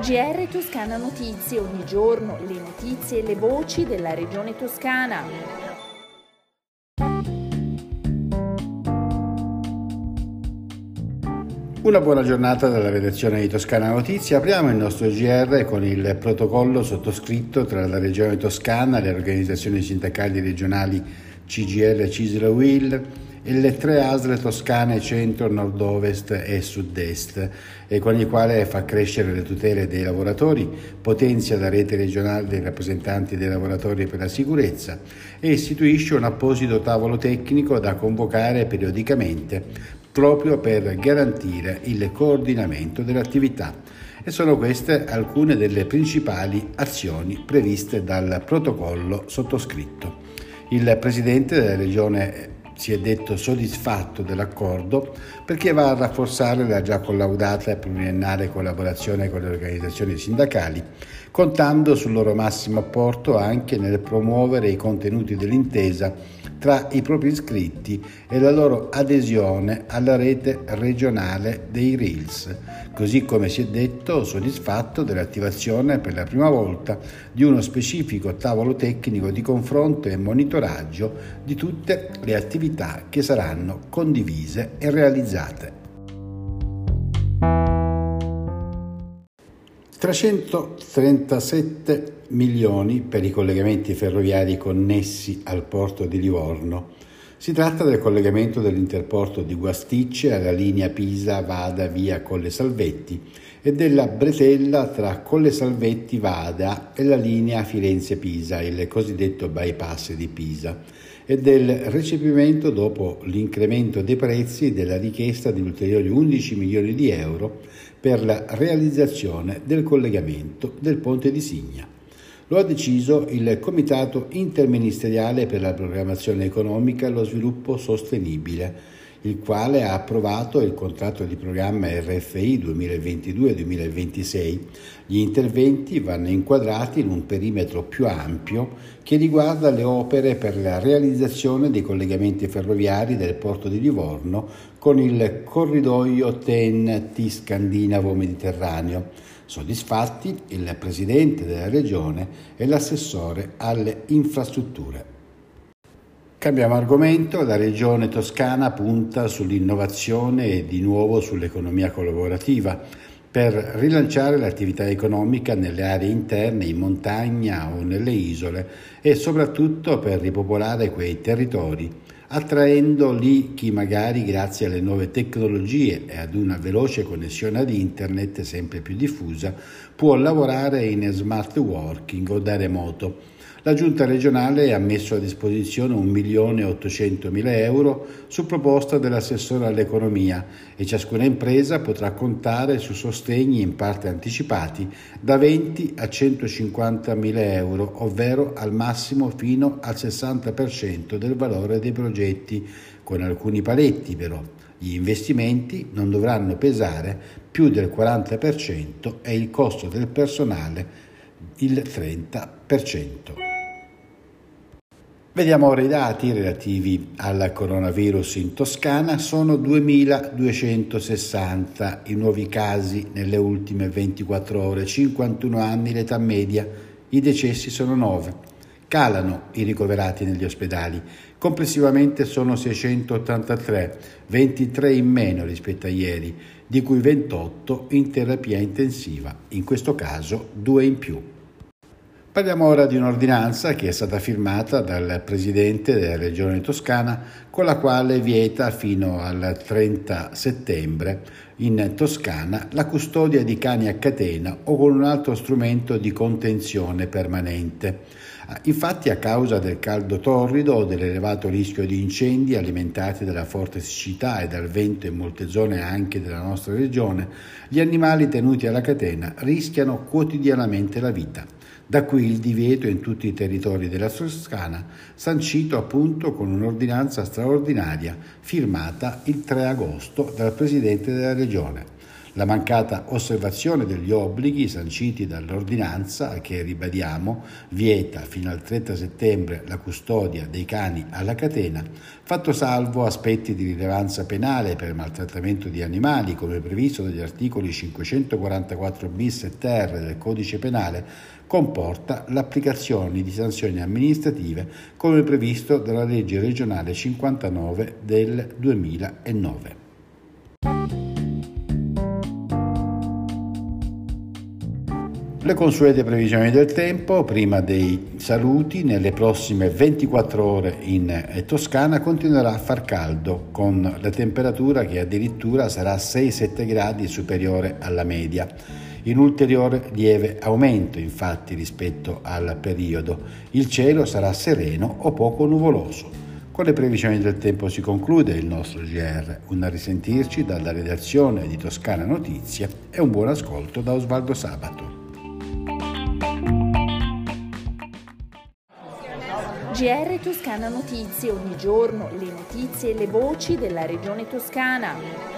GR Toscana Notizie, ogni giorno le notizie e le voci della regione toscana. Una buona giornata dalla redazione di Toscana Notizie. Apriamo il nostro GR con il protocollo sottoscritto tra la Regione Toscana, le organizzazioni sindacali regionali CGIL, CISL e UIL e le 3 ASL toscane centro, nord-ovest e sud-est, e con il quale fa crescere le tutele dei lavoratori, potenzia la rete regionale dei rappresentanti dei lavoratori per la sicurezza e istituisce un apposito tavolo tecnico da convocare periodicamente proprio per garantire il coordinamento dell'attività. E sono queste alcune delle principali azioni previste dal protocollo sottoscritto. Il Presidente della Regione si è detto soddisfatto dell'accordo perché va a rafforzare la già collaudata e pluriennale collaborazione con le organizzazioni sindacali, contando sul loro massimo apporto anche nel promuovere i contenuti dell'intesa tra i propri iscritti e la loro adesione alla rete regionale dei RILS, così come si è detto soddisfatto dell'attivazione per la prima volta di uno specifico tavolo tecnico di confronto e monitoraggio di tutte le attività che saranno condivise e realizzate. 337 milioni per i collegamenti ferroviari connessi al porto di Livorno. Si tratta del collegamento dell'interporto di Guasticce alla linea Pisa-Vada via Colle Salvetti e della bretella tra Colle Salvetti-Vada e la linea Firenze-Pisa, il cosiddetto bypass di Pisa, e del recepimento dopo l'incremento dei prezzi della richiesta di ulteriori 11 milioni di euro per la realizzazione del collegamento del Ponte di Signa. Lo ha deciso il Comitato Interministeriale per la Programmazione Economica e lo Sviluppo Sostenibile, il quale ha approvato il contratto di programma RFI 2022-2026. Gli interventi vanno inquadrati in un perimetro più ampio che riguarda le opere per la realizzazione dei collegamenti ferroviari del porto di Livorno con il corridoio TEN-T scandinavo-mediterraneo. Soddisfatti il Presidente della Regione e l'assessore alle infrastrutture. Cambiamo argomento, la Regione Toscana punta sull'innovazione e di nuovo sull'economia collaborativa per rilanciare l'attività economica nelle aree interne, in montagna o nelle isole e soprattutto per ripopolare quei territori, attraendo lì chi magari grazie alle nuove tecnologie e ad una veloce connessione ad internet sempre più diffusa può lavorare in smart working o da remoto. La Giunta regionale ha messo a disposizione 1.800.000 euro su proposta dell'assessore all'economia e ciascuna impresa potrà contare su sostegni in parte anticipati da 20 a 150.000 euro, ovvero al massimo fino al 60% del valore dei progetti, con alcuni paletti però. Gli investimenti non dovranno pesare più del 40% e il costo del personale il 30%. Vediamo ora i dati relativi al coronavirus in Toscana. Sono 2.260 i nuovi casi nelle ultime 24 ore, 51 anni l'età media, i decessi sono 9. Calano i ricoverati negli ospedali, complessivamente sono 683, 23 in meno rispetto a ieri, di cui 28 in terapia intensiva, in questo caso 2 in più. Parliamo ora di un'ordinanza che è stata firmata dal Presidente della Regione Toscana, con la quale vieta fino al 30 settembre in Toscana la custodia di cani a catena o con un altro strumento di contenzione permanente. Infatti, a causa del caldo torrido o dell'elevato rischio di incendi alimentati dalla forte siccità e dal vento in molte zone anche della nostra regione, gli animali tenuti alla catena rischiano quotidianamente la vita. Da qui il divieto in tutti i territori della Toscana, sancito appunto con un'ordinanza straordinaria firmata il 3 agosto dal Presidente della Regione. La mancata osservazione degli obblighi sanciti dall'ordinanza, che ribadiamo, vieta fino al 30 settembre la custodia dei cani alla catena, fatto salvo aspetti di rilevanza penale per maltrattamento di animali, come previsto dagli articoli 544 bis e ter del Codice Penale, comporta l'applicazione di sanzioni amministrative come previsto dalla legge regionale 59 del 2009. Le consuete previsioni del tempo, prima dei saluti: nelle prossime 24 ore in Toscana continuerà a far caldo, con la temperatura che addirittura sarà 6-7 gradi superiore alla media. In ulteriore lieve aumento infatti rispetto al periodo. Il cielo sarà sereno o poco nuvoloso. Con le previsioni del tempo si conclude il nostro GR. Un risentirci dalla redazione di Toscana Notizie e un buon ascolto da Osvaldo Sabato. GR Toscana Notizie, ogni giorno le notizie e le voci della regione toscana.